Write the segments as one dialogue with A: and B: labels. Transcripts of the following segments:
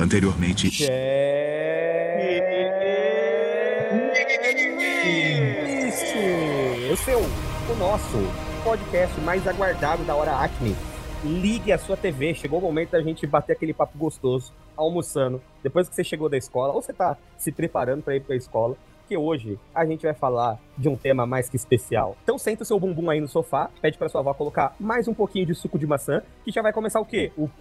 A: Anteriormente.
B: Esse é o nosso podcast mais aguardado da Hora Acme. Ligue a sua TV, chegou o momento da gente bater aquele papo gostoso, almoçando, depois que você chegou da escola, ou você tá se preparando para ir pra escola, que hoje a gente vai falar de um tema mais que especial. Então senta o seu bumbum aí no sofá, pede pra sua avó colocar mais um pouquinho de suco de maçã, que já vai começar o quê? O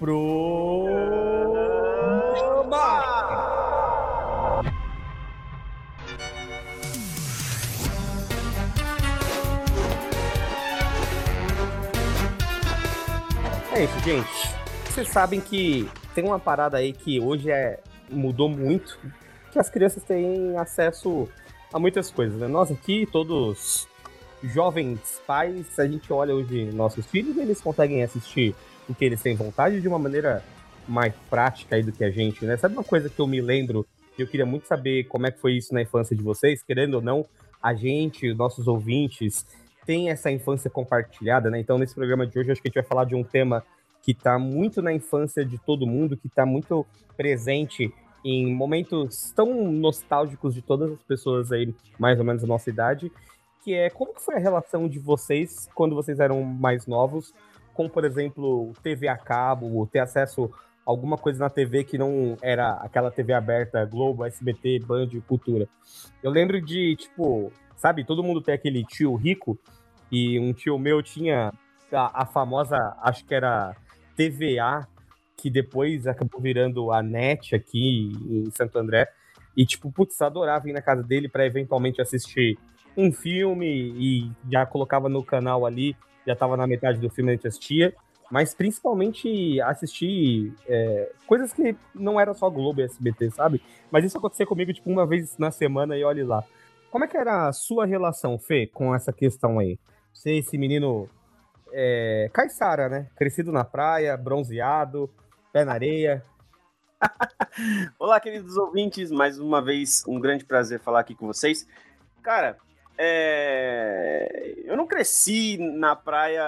B: É isso, gente. Vocês sabem que tem uma parada aí que hoje mudou muito, que as crianças têm acesso a muitas coisas, né? Nós aqui, todos jovens pais, a gente olha hoje nossos filhos e eles conseguem assistir o que eles têm vontade de uma maneira mais prática aí do que a gente, né? Sabe uma coisa que eu me lembro, que eu queria muito saber como é que foi isso na infância de vocês, querendo ou não, a gente, nossos ouvintes, tem essa infância compartilhada, né? Então, nesse programa de hoje, acho que a gente vai falar de um tema que está muito na infância de todo mundo, que está muito presente em momentos tão nostálgicos de todas as pessoas aí, mais ou menos da nossa idade, que é como que foi a relação de vocês quando vocês eram mais novos, com, por exemplo, TV a cabo, ter acesso a alguma coisa na TV que não era aquela TV aberta, Globo, SBT, Band, Cultura. Eu lembro de, tipo, sabe, todo mundo tem aquele tio rico, e um tio meu tinha a famosa, acho que era TVA, que depois acabou virando a NET aqui em Santo André. E, tipo, putz, adorava ir na casa dele para eventualmente assistir um filme e já colocava no canal ali, já tava na metade do filme a gente assistia. Mas principalmente assistir coisas que não era só Globo e SBT, sabe? Mas isso acontecia comigo, tipo, uma vez na semana e olhe lá. Como é que era a sua relação, Fê, com essa questão aí? Você, esse menino caiçara, né? Crescido na praia, bronzeado, pé na areia.
C: Olá, queridos ouvintes, mais uma vez um grande prazer falar aqui com vocês. Cara, eu não cresci na praia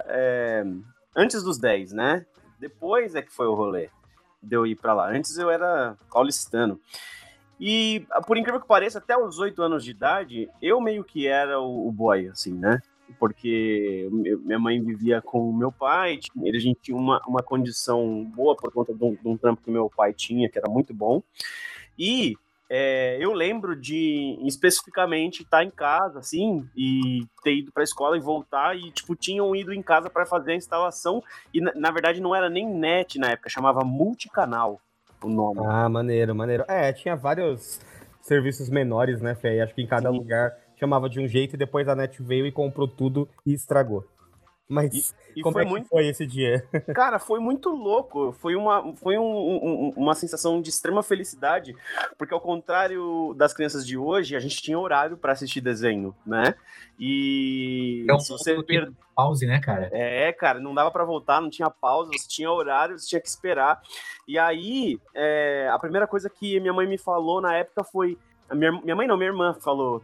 C: antes dos 10, né? Depois é que foi o rolê de eu ir pra lá. Antes eu era paulistano. E, por incrível que pareça, até os 8 anos de idade, eu meio que era o boy, assim, né? Porque minha mãe vivia com o meu pai, a gente tinha uma condição boa por conta de um trampo que meu pai tinha, que era muito bom. E eu lembro de, especificamente, estar em casa, assim, e ter ido pra escola e voltar, e, tipo, tinham ido em casa para fazer a instalação, e, na verdade, não era nem NET na época, chamava Multicanal o nome.
B: Ah, maneiro, maneiro. Tinha vários serviços menores, né, Fê? Acho que em cada lugar chamava de um jeito e depois a NET veio e comprou tudo e estragou. Mas como
C: foi
B: que foi esse dia?
C: Cara, foi muito louco. Foi uma sensação de extrema felicidade, porque ao contrário das crianças de hoje, a gente tinha horário para assistir desenho, né? E
D: se você pause, né, cara?
C: Cara, não dava para voltar, não tinha pausa, você tinha horário, você tinha que esperar. E aí, a primeira coisa que minha mãe me falou na época foi... Minha mãe não, minha irmã falou...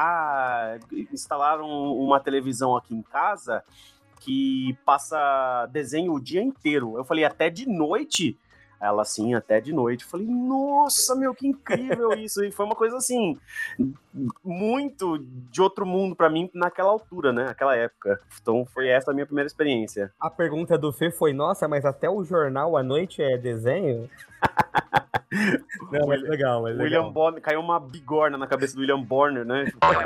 C: instalaram uma televisão aqui em casa que passa desenho o dia inteiro. Eu falei, até de noite? Ela, sim, até de noite. Eu falei, nossa, meu, que incrível isso. E foi uma coisa, assim, muito de outro mundo pra mim naquela altura, né? Naquela época. Então, foi essa a minha primeira experiência.
B: A pergunta do Fê foi, nossa, mas até o jornal à noite é desenho? Não, mas legal, mas legal.
C: William Bonner, caiu uma bigorna na cabeça do William Bonner, né?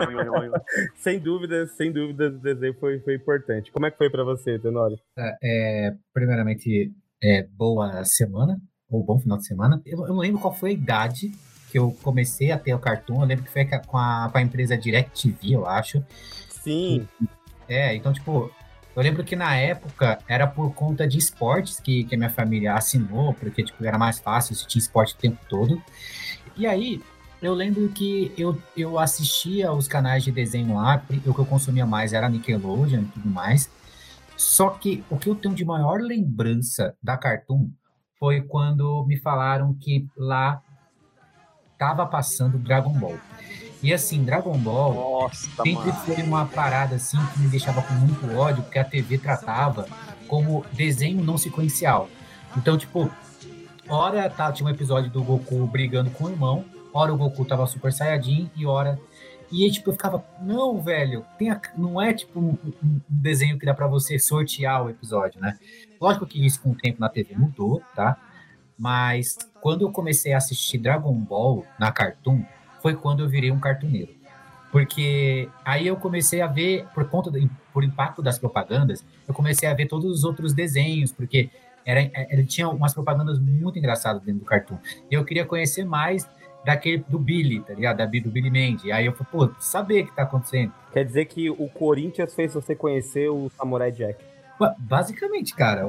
B: Sem dúvida, o desenho foi importante. Como é que foi pra você, Tenório?
D: Primeiramente, boa semana, ou bom final de semana. Eu não lembro qual foi a idade que eu comecei a ter o Cartoon. Eu lembro que foi com a empresa DirecTV, eu acho.
B: Sim.
D: Então, tipo... Eu lembro que na época era por conta de esportes que a minha família assinou, porque tipo, era mais fácil, assistir esporte o tempo todo. E aí, eu lembro que eu assistia os canais de desenho lá, o que eu consumia mais era Nickelodeon e tudo mais. Só que o que eu tenho de maior lembrança da Cartoon foi quando me falaram que lá tava passando Dragon Ball. E assim, Dragon Ball sempre foi uma parada assim que me deixava com muito ódio, porque a TV tratava como desenho não sequencial. Então, tipo, hora tinha um episódio do Goku brigando com o irmão, hora o Goku tava Super Saiyajin e hora... E aí, tipo, eu ficava, não, velho, não é tipo um desenho que dá pra você sortear o episódio, né? Lógico que isso com o tempo na TV mudou, tá? Mas quando eu comecei a assistir Dragon Ball na Cartoon, foi quando eu virei um cartuneiro. Porque aí eu comecei a ver, por impacto das propagandas, eu comecei a ver todos os outros desenhos, porque ele tinha umas propagandas muito engraçadas dentro do Cartoon. E eu queria conhecer mais do Billy, tá ligado? Do Billy Mandy. Aí eu falei, pô, saber o que tá acontecendo.
B: Quer dizer que o Corinthians fez você conhecer o Samurai Jack?
D: Basicamente, cara,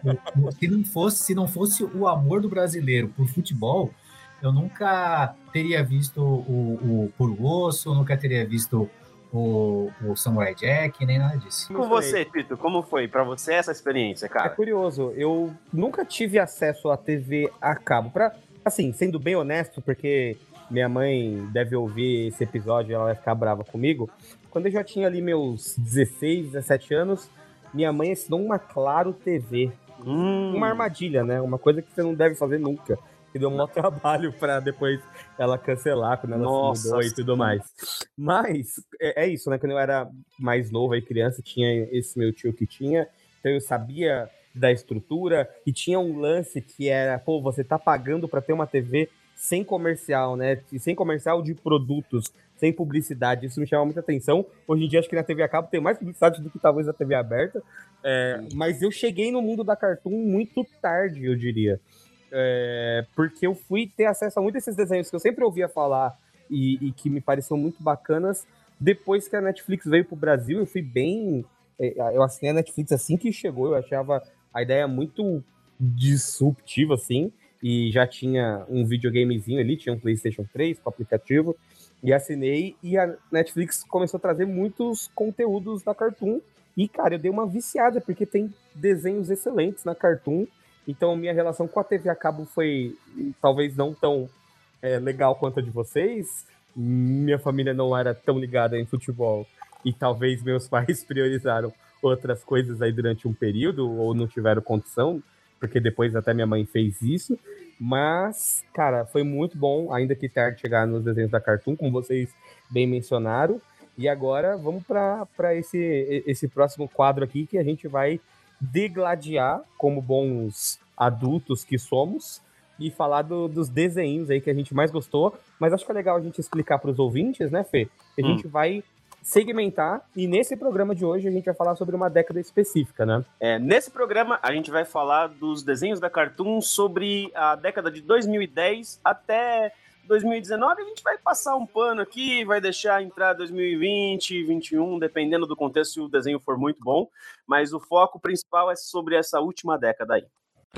D: se não fosse o amor do brasileiro por futebol, eu nunca teria visto o Puro Osso, nunca teria visto o Samurai Jack, nem nada disso.
C: Com você, Tito, como foi pra você essa experiência, cara?
B: É curioso, eu nunca tive acesso à TV a cabo. Assim, sendo bem honesto, porque minha mãe deve ouvir esse episódio e ela vai ficar brava comigo. Quando eu já tinha ali meus 16, 17 anos, minha mãe ensinou uma Claro TV. Uma armadilha, né? Uma coisa que você não deve fazer nunca. Que deu um maior trabalho pra depois ela cancelar, quando ela se mudou e tudo mais. Mas é isso, né? Quando eu era mais novo, aí criança, tinha esse meu tio que tinha. Então eu sabia da estrutura, e tinha um lance que era, pô, você tá pagando pra ter uma TV sem comercial, né? Sem comercial de produtos, sem publicidade. Isso me chama muita atenção. Hoje em dia, acho que na TV a cabo tem mais publicidade do que talvez na TV aberta. Mas eu cheguei no mundo da Cartoon muito tarde, eu diria. Porque eu fui ter acesso a muitos desses desenhos que eu sempre ouvia falar e que me pareciam muito bacanas. Depois que a Netflix veio pro Brasil, eu fui bem... Eu assinei a Netflix assim que chegou, eu achava a ideia muito disruptiva, assim, e já tinha um videogamezinho ali, tinha um PlayStation 3 com aplicativo, e assinei, e a Netflix começou a trazer muitos conteúdos da Cartoon, e, cara, eu dei uma viciada, porque tem desenhos excelentes na Cartoon, então minha relação com a TV a cabo foi talvez não tão legal quanto a de vocês, minha família não era tão ligada em futebol, e talvez meus pais priorizaram outras coisas aí durante um período, ou não tiveram condição, porque depois até minha mãe fez isso. Mas, cara, foi muito bom, ainda que tarde, chegar nos desenhos da Cartoon, como vocês bem mencionaram. E agora vamos para esse próximo quadro aqui, que a gente vai degladiar, como bons adultos que somos, e falar dos desenhos aí que a gente mais gostou. Mas acho que é legal a gente explicar para os ouvintes, né, Fê? A gente vai segmentar, e nesse programa de hoje a gente vai falar sobre uma década específica, né?
C: Nesse programa a gente vai falar dos desenhos da Cartoon sobre a década de 2010 até 2019. A gente vai passar um pano aqui, vai deixar entrar 2020, 2021, dependendo do contexto, se o desenho for muito bom, mas o foco principal é sobre essa última década aí.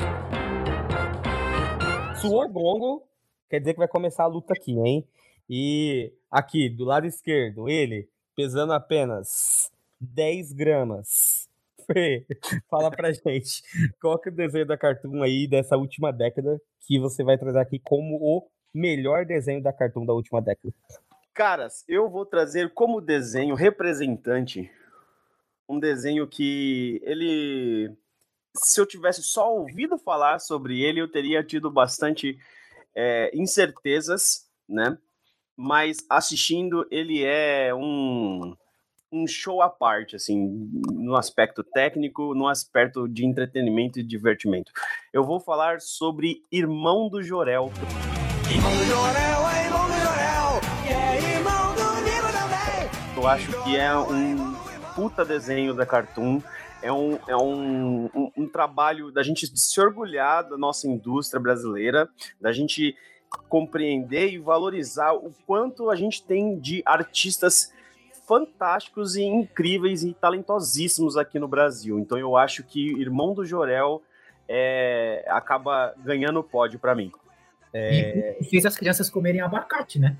B: Suou gongo, quer dizer que vai começar a luta aqui, hein? E aqui, do lado esquerdo, ele... pesando apenas 10 gramas. Fê, fala pra gente, qual que é o desenho da Cartoon aí dessa última década que você vai trazer aqui como o melhor desenho da Cartoon da última década?
C: Caras, eu vou trazer como desenho representante um desenho que ele... Se eu tivesse só ouvido falar sobre ele, eu teria tido bastante incertezas, né? Mas assistindo, ele é um show à parte, assim, no aspecto técnico, no aspecto de entretenimento e divertimento. Eu vou falar sobre Irmão do Jorel. Irmão do Jorel, é irmão do Jorel, é irmão do Nilo também. Eu acho que é um puta desenho da Cartoon, é um trabalho da gente se orgulhar da nossa indústria brasileira, da gente compreender e valorizar o quanto a gente tem de artistas fantásticos e incríveis e talentosíssimos aqui no Brasil. Então eu acho que Irmão do Jorel acaba ganhando o pódio pra mim.
D: E fez as crianças comerem abacate, né?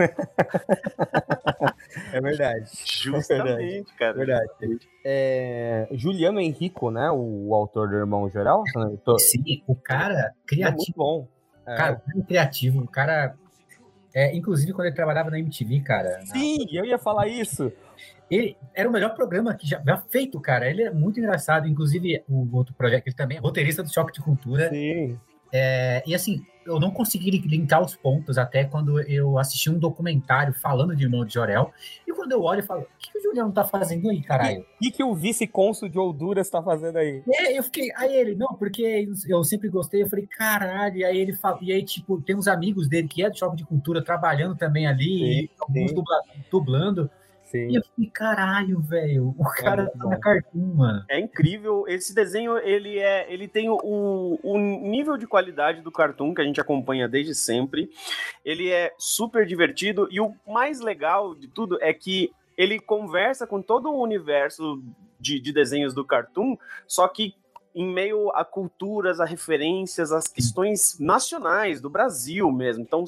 B: É verdade.
C: Justamente, cara.
B: Verdade. Juliano Henrico, né? O autor do Irmão Jorel.
D: Sim, o cara criativo.
B: É muito bom.
D: Cara, criativo, o cara... inclusive, quando ele trabalhava na MTV, cara...
B: Sim, eu ia falar isso.
D: Ele era o melhor programa que já feito, cara. Ele é muito engraçado. Inclusive, o outro projeto, ele também é roteirista do Choque de Cultura.
B: Sim.
D: E assim, eu não consegui linkar os pontos até quando eu assisti um documentário falando de Irmão de Jorel. E quando eu olho, eu falo, o que o Juliano tá fazendo aí, caralho?
B: O que o vice-cônsul de Honduras tá fazendo aí?
D: Eu fiquei, aí ele, não, porque eu sempre gostei, eu falei, caralho, e aí ele fala, e aí, tipo, tem uns amigos dele que é do Choque de Cultura trabalhando também ali, alguns dublando.
B: Sim.
D: E eu fiquei, caralho, velho, o cara tá na Cartoon, mano.
C: É incrível, esse desenho, ele tem o nível de qualidade do Cartoon que a gente acompanha desde sempre, ele é super divertido, e o mais legal de tudo é que ele conversa com todo o universo de desenhos do Cartoon, só que em meio a culturas, a referências, as questões nacionais do Brasil mesmo. Então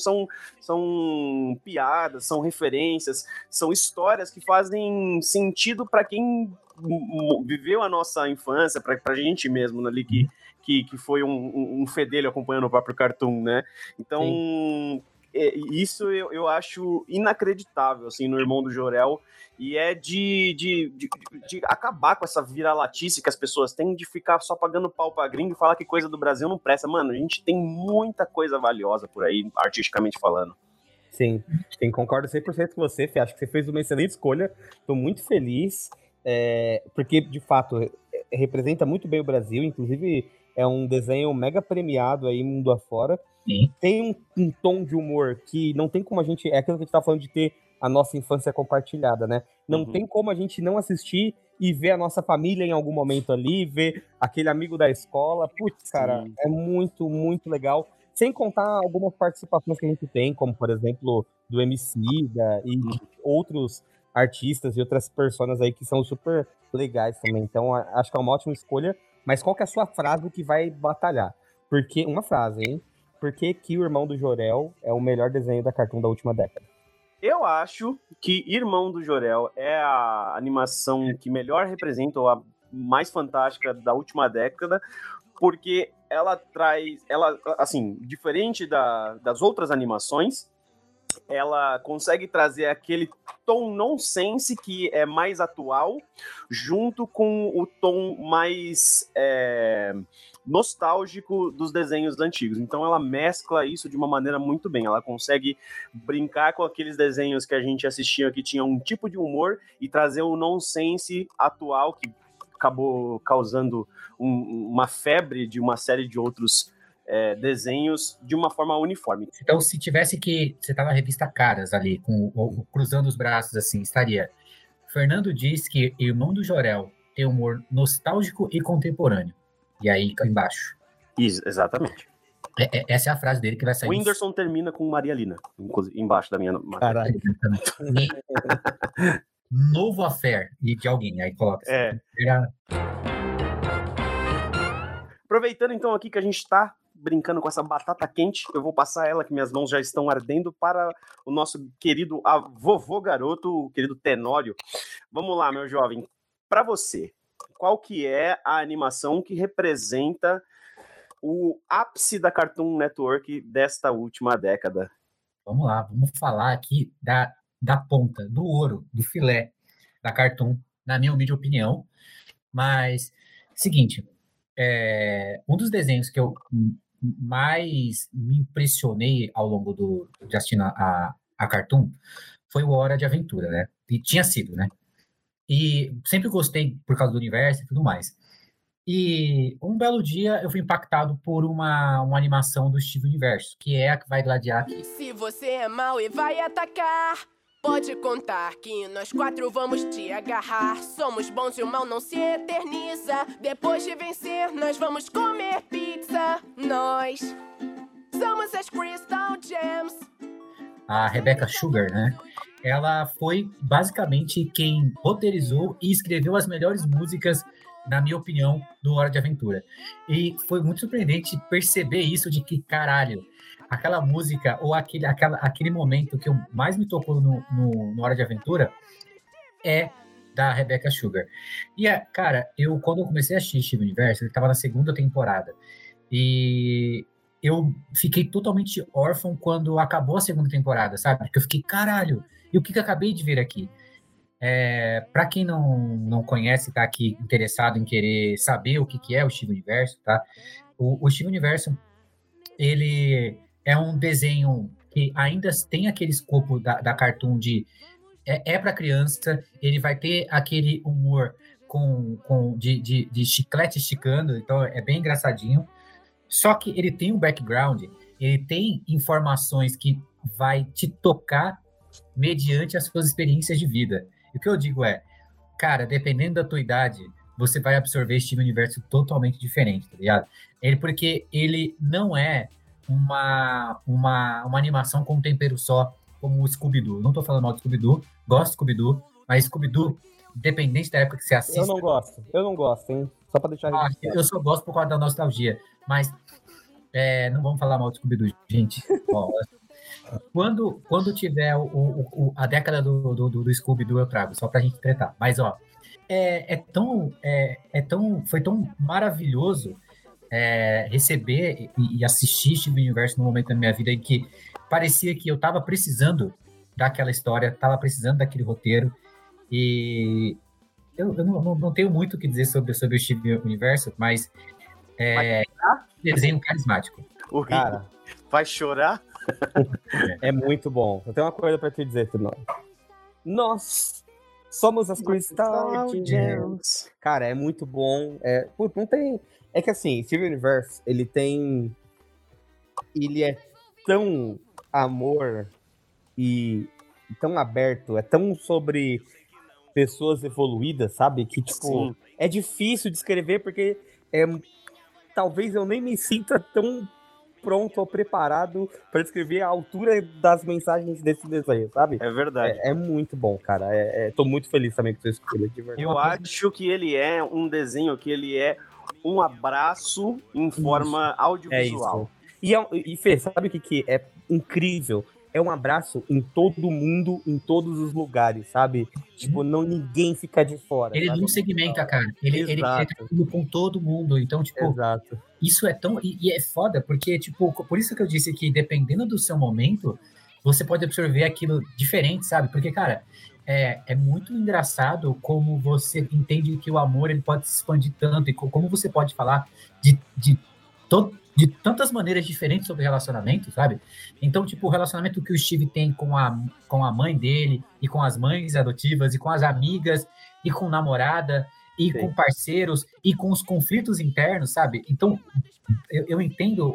C: são piadas, são referências, são histórias que fazem sentido para quem viveu a nossa infância, para a gente mesmo ali que foi um fedelho acompanhando o próprio Cartoon, né? Então isso eu acho inacreditável assim no Irmão do Jorel. E é de acabar com essa vira-latice que as pessoas têm de ficar só pagando pau pra gringo e falar que coisa do Brasil não presta. Mano, a gente tem muita coisa valiosa por aí, artisticamente falando.
B: Sim, concordo 100% com você, Fê. Acho que você fez uma excelente escolha. Tô muito feliz, porque, de fato, representa muito bem o Brasil. Inclusive, é um desenho mega premiado aí mundo afora.
D: Sim.
B: Tem um tom de humor que não tem como a gente... É aquilo que a gente tá falando de ter a nossa infância compartilhada, né? Não tem como a gente não assistir e ver a nossa família em algum momento ali, ver aquele amigo da escola. Putz, cara, é muito, muito legal. Sem contar algumas participações que a gente tem, como, por exemplo, do Emicida e de outros artistas e outras personas aí que são super legais também. Então, acho que é uma ótima escolha. Mas qual que é a sua frase que vai batalhar? Porque, uma frase, hein? Por que o Irmão do Jorel é o melhor desenho da Cartoon da última década?
C: Eu acho que Irmão do Jorel é a animação que melhor representa, ou a mais fantástica da última década, porque ela traz, assim, diferente das outras animações, ela consegue trazer aquele tom nonsense que é mais atual, junto com o tom mais nostálgico dos desenhos antigos. Então ela mescla isso de uma maneira muito bem. Ela consegue brincar com aqueles desenhos que a gente assistia que tinham um tipo de humor e trazer o nonsense atual que acabou causando uma febre de uma série de outros desenhos de uma forma uniforme.
D: Então, se tivesse que... Você tá na revista Caras ali, cruzando os braços assim, estaria... Fernando diz que Irmão do Jorel tem humor nostálgico e contemporâneo. E aí, embaixo.
C: Isso, exatamente.
D: Essa é a frase dele que vai sair.
C: O Whindersson termina com Maria Lina, embaixo da minha matéria.
B: Caralho.
D: Novo affair de alguém, aí coloca assim.
C: Aproveitando então aqui que a gente está brincando com essa batata quente, eu vou passar ela, que minhas mãos já estão ardendo, para o nosso querido vovô garoto, o querido Tenório. Vamos lá, meu jovem. Para você, qual que é a animação que representa o ápice da Cartoon Network desta última década?
D: Vamos lá, vamos falar aqui da ponta, do ouro, do filé da Cartoon, na minha humilde opinião. Mas, seguinte, um dos desenhos que eu mais me impressionei ao longo de assistir a Cartoon foi o Hora de Aventura, né? E tinha sido, né? E sempre gostei por causa do universo e tudo mais. E um belo dia eu fui impactado por uma animação do Steve Universo, que é a que vai gladiar aqui.
A: Se você é mau e vai atacar, pode contar que nós 4 vamos te agarrar. Somos bons e o mal não se eterniza. Depois de vencer, nós vamos comer pizza. Nós somos as Crystal Gems.
D: A Rebecca Sugar, né? Ela foi basicamente quem roteirizou e escreveu as melhores músicas, na minha opinião, do Hora de Aventura. E foi muito surpreendente perceber isso de que, caralho, aquela música ou aquele momento que mais me tocou no Hora de Aventura é da Rebecca Sugar. E, cara, quando eu comecei a assistir Steve Universo, ele estava na 2ª temporada. E eu fiquei totalmente órfão quando acabou a 2ª temporada, sabe? Porque eu fiquei, caralho, e o que eu acabei de ver aqui? Para quem não conhece, tá aqui interessado em querer saber o que é o Steve Universo, tá? O Steve Universo ele é um desenho que ainda tem aquele escopo da Cartoon de para criança, ele vai ter aquele humor de chiclete esticando, então é bem engraçadinho. Só que ele tem um background, ele tem informações que vai te tocar mediante as suas experiências de vida. E o que eu digo é, cara, dependendo da tua idade, você vai absorver este universo totalmente diferente, tá ligado? Porque ele não é uma animação com um tempero só, como o Scooby-Doo. Não tô falando mal do Scooby-Doo, gosto do Scooby-Doo, mas Scooby-Doo, independente da época que você assista...
B: Eu não gosto, hein? Só pra deixar
D: eu só gosto por causa da nostalgia, mas não vamos falar mal do Scooby-Doo, gente. Ó, quando tiver a década do Scooby-Doo, eu trago, só pra gente tretar. Mas, ó, foi tão maravilhoso receber e assistir Steven Universe no momento da minha vida em que parecia que eu tava precisando daquela história, tava precisando daquele roteiro, e eu não tenho muito o que dizer sobre o Steven Universe, mas desenho carismático.
C: O cara vai chorar?
B: É muito bom. Eu tenho uma coisa pra te dizer, Fernando. Nós somos as Crystal Gems. Cara, é muito bom. Não tem... É que assim, Steven Universe, ele é tão amor e tão aberto, é tão sobre pessoas evoluídas, sabe? Que, tipo, sim, é difícil de escrever porque talvez eu nem me sinta tão pronto ou preparado para escrever a altura das mensagens desse desenho, sabe?
C: É verdade.
B: É muito bom, cara. Tô muito feliz também com você escolher, de verdade.
C: Eu acho que ele é um desenho que ele é um abraço em forma audiovisual.
B: E Fê, sabe o que é incrível? É um abraço em todo mundo, em todos os lugares, sabe? Tipo, ninguém fica de fora.
D: Ele
B: sabe?
D: não segmenta, cara. Ele tá com todo mundo. Então, tipo,
B: exato,
D: isso é tão... E é foda, porque, tipo, por isso que eu disse que dependendo do seu momento, você pode absorver aquilo diferente, sabe? Porque, cara, é muito engraçado como você entende que o amor ele pode se expandir tanto e como você pode falar de tantas maneiras diferentes sobre relacionamento, sabe? Então, tipo, o relacionamento que o Steve tem com a mãe dele, e com as mães adotivas, e com as amigas, e com namorada, e sim, com parceiros, e com os conflitos internos, sabe? Então, eu entendo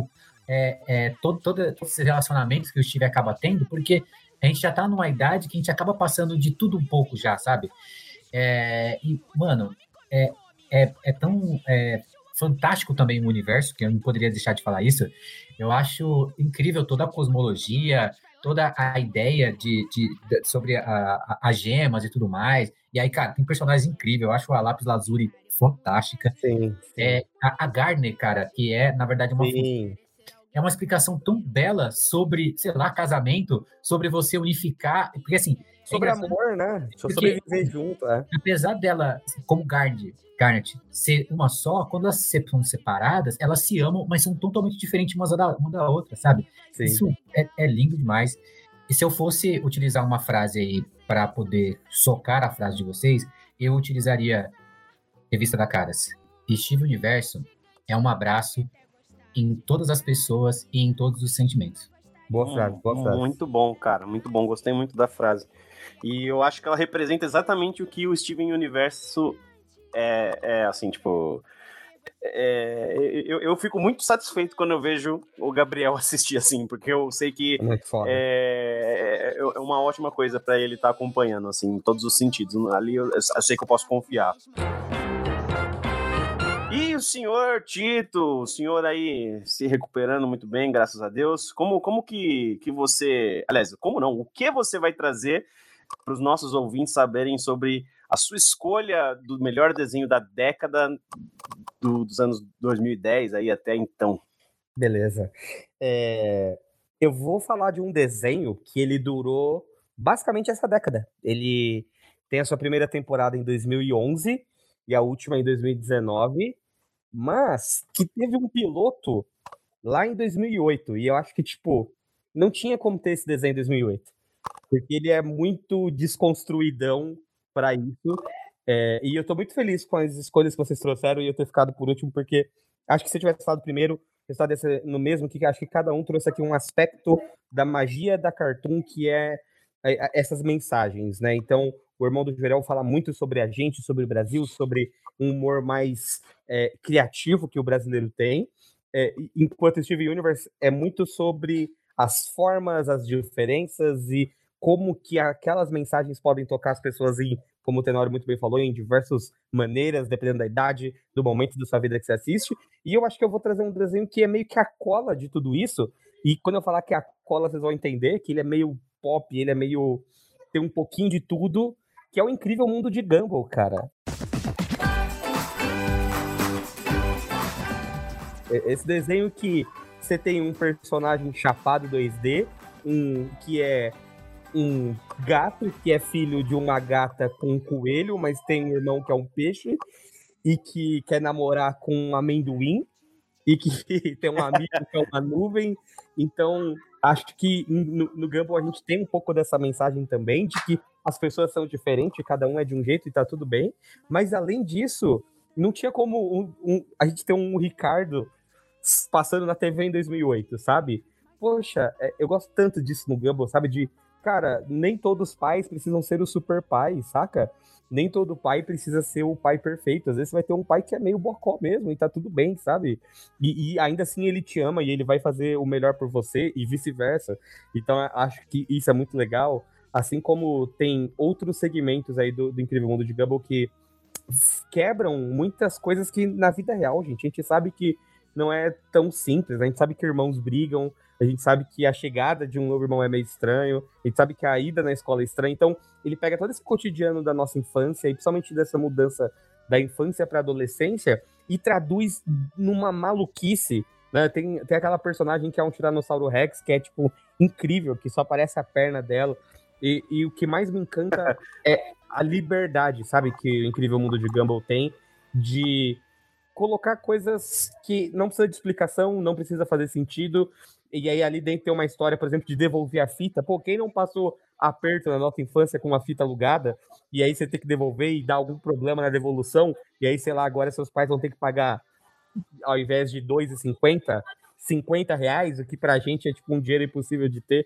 D: todos esses relacionamentos que o Steve acaba tendo, porque a gente já tá numa idade que a gente acaba passando de tudo um pouco já, sabe? E, mano, é tão... fantástico também o universo, que eu não poderia deixar de falar isso. Eu acho incrível toda a cosmologia, toda a ideia sobre as gemas e tudo mais. E aí, cara, tem personagens incríveis. Eu acho a Lápis Lazuli fantástica.
B: Sim.
D: A Gardner, cara, que na verdade, é uma explicação tão bela sobre, sei lá, casamento, sobre você unificar, porque assim...
B: Sobre amor, né? Sobreviver junto,
D: Apesar dela, como Garnet, ser uma só, quando elas são separadas, elas se amam, mas são totalmente diferentes uma da outra, sabe? Sim. Isso é lindo demais. E se eu fosse utilizar uma frase aí para poder socar a frase de vocês, eu utilizaria Revista da Caras. Steven Universo é um abraço em todas as pessoas e em todos os sentimentos.
B: Boa frase.
C: Muito bom, cara. Muito bom. Gostei muito da frase. E eu acho que ela representa exatamente o que o Steven Universo assim, tipo... eu fico muito satisfeito quando eu vejo o Gabriel assistir, assim, porque eu sei que é uma ótima coisa pra ele estar acompanhando, assim, em todos os sentidos. Ali eu sei que eu posso confiar. E o senhor Tito, o senhor aí se recuperando muito bem, graças a Deus. Como que você... Aliás, como não? O que você vai trazer para os nossos ouvintes saberem sobre a sua escolha do melhor desenho da década dos anos 2010 aí até então?
B: Beleza. Eu vou falar de um desenho que ele durou basicamente essa década. Ele tem a sua primeira temporada em 2011 e a última em 2019, mas que teve um piloto lá em 2008. E eu acho que, tipo, não tinha como ter esse desenho em 2008. Porque ele é muito desconstruidão para isso. E eu tô muito feliz com as escolhas que vocês trouxeram e eu ter ficado por último, porque acho que se eu tivesse falado primeiro, resultado no mesmo, que acho que cada um trouxe aqui um aspecto da magia da Cartoon, que é essas mensagens, né? Então, o Irmão do Jorel fala muito sobre a gente, sobre o Brasil, sobre um humor mais criativo que o brasileiro tem, enquanto Steven Universe é muito sobre as formas, as diferenças e como que aquelas mensagens podem tocar as pessoas em, como o Tenório muito bem falou, em diversas maneiras, dependendo da idade, do momento da sua vida que você assiste. E eu acho que eu vou trazer um desenho que é meio que a cola de tudo isso. E quando eu falar que é a cola, vocês vão entender que ele é meio pop, ele é meio... tem um pouquinho de tudo, que é o Incrível Mundo de Gumball, cara. Esse desenho que você tem um personagem chapado 2D, que é um gato que é filho de uma gata com um coelho, mas tem um irmão que é um peixe e que quer namorar com um amendoim e que tem um amigo que é uma nuvem. Então, acho que no Gumball a gente tem um pouco dessa mensagem também, de que as pessoas são diferentes, cada um é de um jeito e tá tudo bem. Mas, além disso, não tinha como a gente ter um Ricardo passando na TV em 2008, sabe? Poxa, eu gosto tanto disso no Gumball, sabe? De, cara, nem todos os pais precisam ser o super pai, saca? Nem todo pai precisa ser o pai perfeito. Às vezes você vai ter um pai que é meio bocó mesmo e tá tudo bem, sabe? E ainda assim ele te ama e ele vai fazer o melhor por você e vice-versa. Então acho que isso é muito legal. Assim como tem outros segmentos aí do Incrível Mundo de Gumball que quebram muitas coisas que na vida real, gente, a gente sabe que não é tão simples. A gente sabe que irmãos brigam, a gente sabe que a chegada de um novo irmão é meio estranho, a gente sabe que a ida na escola é estranha. Então, ele pega todo esse cotidiano da nossa infância, e principalmente dessa mudança da infância para a adolescência, e traduz numa maluquice, né? Tem aquela personagem que é um Tiranossauro Rex, que é, tipo, incrível, que só aparece a perna dela. E o que mais me encanta é a liberdade, sabe? Que o Incrível Mundo de Gumball tem de colocar coisas que não precisa de explicação, não precisa fazer sentido, e aí ali dentro tem uma história, por exemplo, de devolver a fita. Pô, quem não passou aperto na nossa infância com uma fita alugada, e aí você tem que devolver e dar algum problema na devolução, e aí, sei lá, agora seus pais vão ter que pagar, ao invés de R$2,50, R$50, o que pra gente é tipo um dinheiro impossível de ter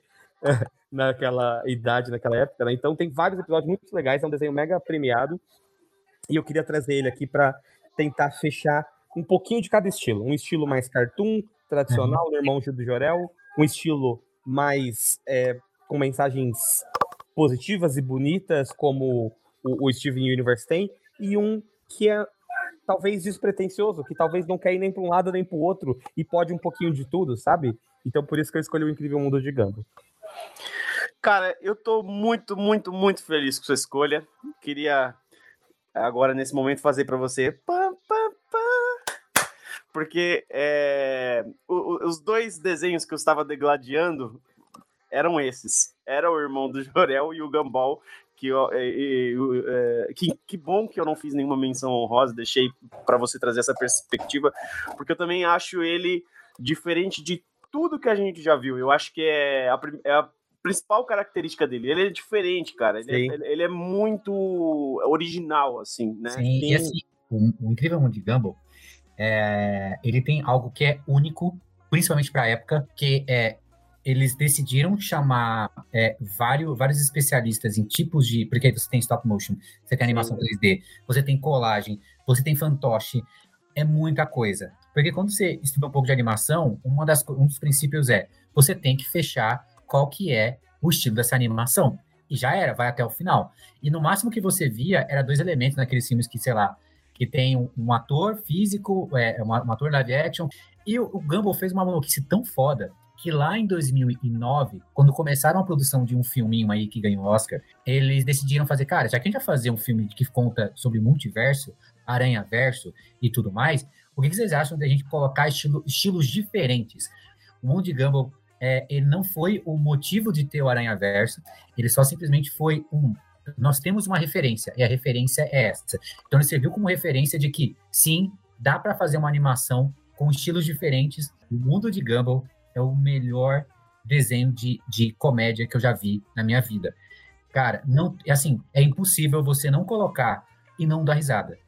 B: naquela idade, naquela época, né? Então tem vários episódios muito legais, é um desenho mega premiado, e eu queria trazer ele aqui pra tentar fechar um pouquinho de cada estilo. Um estilo mais cartoon, tradicional, do Irmão do Jorel. Um estilo mais com mensagens positivas e bonitas, como o Steven Universe tem. E um que é talvez despretensioso, que talvez não quer ir nem para um lado nem para o outro, e pode um pouquinho de tudo, sabe? Então por isso que eu escolhi o Incrível Mundo de Gumball.
C: Cara, eu tô muito, muito, muito feliz com sua escolha. Queria agora, nesse momento, fazer para você porque os dois desenhos que eu estava degladiando eram esses. Era o Irmão do Jorel e o Gumball, que bom que eu não fiz nenhuma menção honrosa, deixei para você trazer essa perspectiva, porque eu também acho ele diferente de tudo que a gente já viu. Eu acho que é a principal característica dele. Ele é diferente, cara. Ele é muito original, assim, né?
D: Sim, e assim, o Incrível Mundo de Gumball, ele tem algo que é único, principalmente para a época, que eles decidiram chamar vários especialistas em tipos de... Porque aí você tem stop motion, você tem animação 3D, você tem colagem, você tem fantoche, é muita coisa. Porque quando você estuda um pouco de animação, um dos princípios você tem que fechar qual que é o estilo dessa animação. E já vai até o final. E no máximo que você via, era 2 elementos naqueles filmes que, sei lá, que tem um ator físico, um ator live action. E o Gumball fez uma maluquice tão foda que lá em 2009, quando começaram a produção de um filminho aí que ganhou o Oscar, eles decidiram fazer, cara, já que a gente vai fazer um filme que conta sobre multiverso, aranha-verso e tudo mais, o que vocês acham de a gente colocar estilos diferentes? O Mundo de Gumball, ele não foi o motivo de ter o aranha-verso, ele só simplesmente foi nós temos uma referência, e a referência é essa. Então ele serviu como referência de que, sim, dá para fazer uma animação com estilos diferentes. O Mundo de Gumball é o melhor desenho de comédia que eu já vi na minha vida. Cara, não, assim, é impossível você não colocar e não dar risada.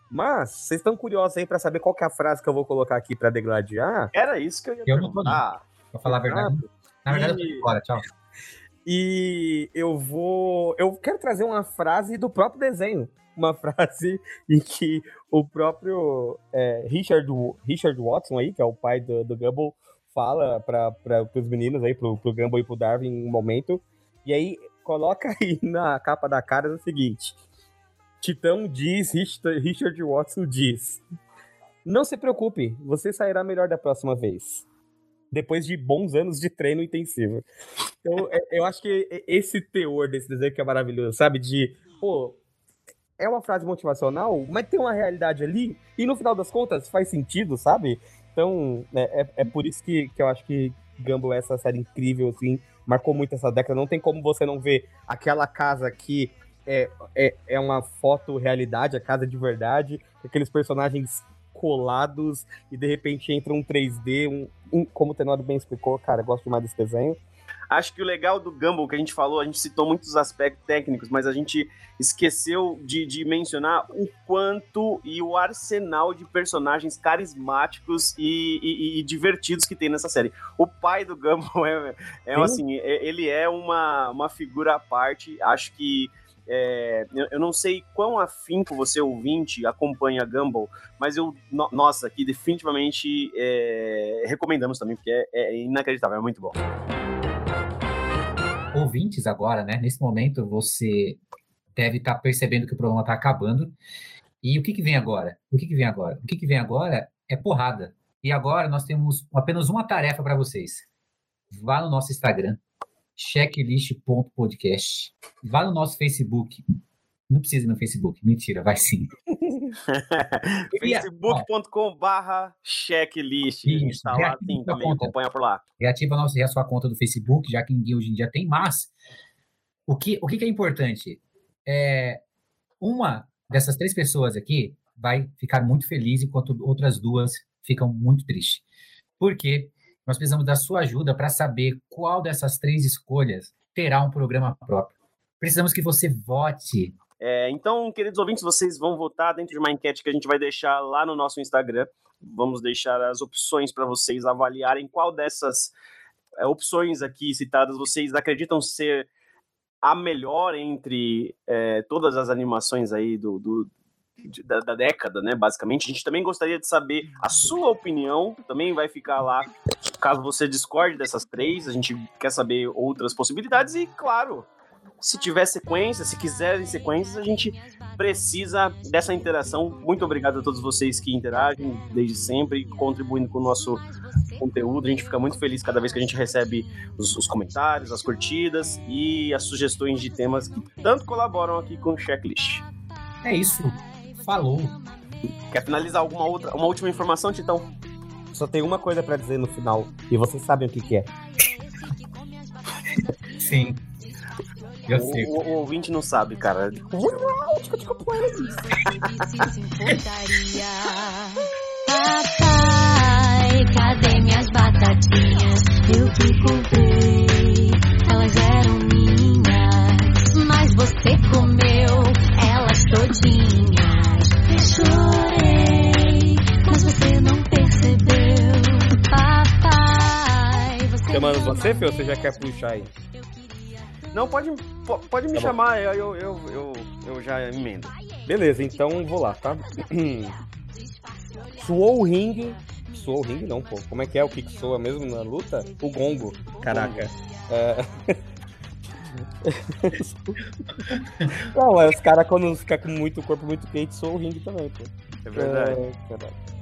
B: Mas, vocês estão curiosos aí pra saber qual que é a frase que eu vou colocar aqui pra degladiar?
C: Era isso que eu ia
D: Eu não tô
C: perguntar.
D: Pra falar a verdade. Na verdade, eu tô fora, tchau.
B: E eu quero trazer uma frase do próprio desenho. Uma frase em que o próprio Richard Watson aí, que é o pai do Gumball, fala para os meninos aí, pro Gumball e pro Darwin em um momento. E aí, coloca aí na capa da cara o seguinte: Titão diz, Richard Watson diz: não se preocupe, você sairá melhor da próxima vez. Depois de bons anos de treino intensivo. Então, eu acho que esse teor desse desenho que é maravilhoso, sabe? É uma frase motivacional, mas tem uma realidade ali, e no final das contas faz sentido, sabe? Então, é por isso que eu acho que Gumball é essa série incrível, assim, marcou muito essa década. Não tem como você não ver aquela casa que é uma foto-realidade, a casa de verdade, aqueles personagens colados, e de repente entra um 3D, como o Tenório bem explicou, cara, eu gosto demais desse desenho.
C: Acho que o legal do Gumball que a gente falou, a gente citou muitos aspectos técnicos, mas a gente esqueceu de mencionar o quanto e o arsenal de personagens carismáticos e divertidos que tem nessa série. O pai do Gumball assim, ele é uma figura à parte. Acho que eu não sei quão afinco você, ouvinte, acompanha Gumball, mas nós aqui definitivamente recomendamos também, porque é inacreditável, é muito bom.
D: Ouvintes agora, né? Nesse momento você deve estar percebendo que o programa está acabando. E o que vem agora? O que vem agora? O que vem agora é porrada. E agora nós temos apenas uma tarefa para vocês. Vá no nosso Instagram, checklist.podcast. Vá no nosso Facebook. Não precisa ir no Facebook. Mentira, vai sim.
C: facebook.com/checklist. A gente tá lá sim, também acompanha por lá.
D: Reativa a sua conta do Facebook, já que ninguém hoje em dia tem, mas o que é importante? Uma dessas 3 pessoas aqui vai ficar muito feliz, enquanto outras 2 ficam muito tristes. Por quê? Nós precisamos da sua ajuda para saber qual dessas 3 escolhas terá um programa próprio. Precisamos que você vote.
C: Então, queridos ouvintes, vocês vão votar dentro de uma enquete que a gente vai deixar lá no nosso Instagram. Vamos deixar as opções para vocês avaliarem qual dessas opções aqui citadas vocês acreditam ser a melhor entre todas as animações aí da década, né? Basicamente, a gente também gostaria de saber a sua opinião, também vai ficar lá, caso você discorde dessas 3, a gente quer saber outras possibilidades e, claro, se tiver sequência, se quiserem sequências, a gente precisa dessa interação. Muito obrigado a todos vocês que interagem desde sempre, contribuindo com o nosso conteúdo. A gente fica muito feliz cada vez que a gente recebe os comentários, as curtidas e as sugestões de temas que tanto colaboram aqui com o Checklist.
D: É isso. Falou.
C: Quer finalizar uma última informação, Titão?
B: Só tem uma coisa pra dizer no final, e vocês sabem o que é.
D: Sim.
C: O ouvinte não sabe, cara.
E: Papai, cadê minhas batatinhas? Eu que comprei, elas eram minhas, mas você comeu elas todinhas. Eu chorei, mas você não percebeu. Papai, você
B: chamando você, Fê, ou você já quer puxar aí?
C: Não, pode me chamar, eu já emendo.
B: Beleza, então vou lá, tá? Suou o ringue não, pô. Como é que é o que soa mesmo na luta? O gongo. Caraca. Não, os caras quando ficam com muito corpo muito quente, soa o ringue também, pô.
C: É verdade.
B: Caraca.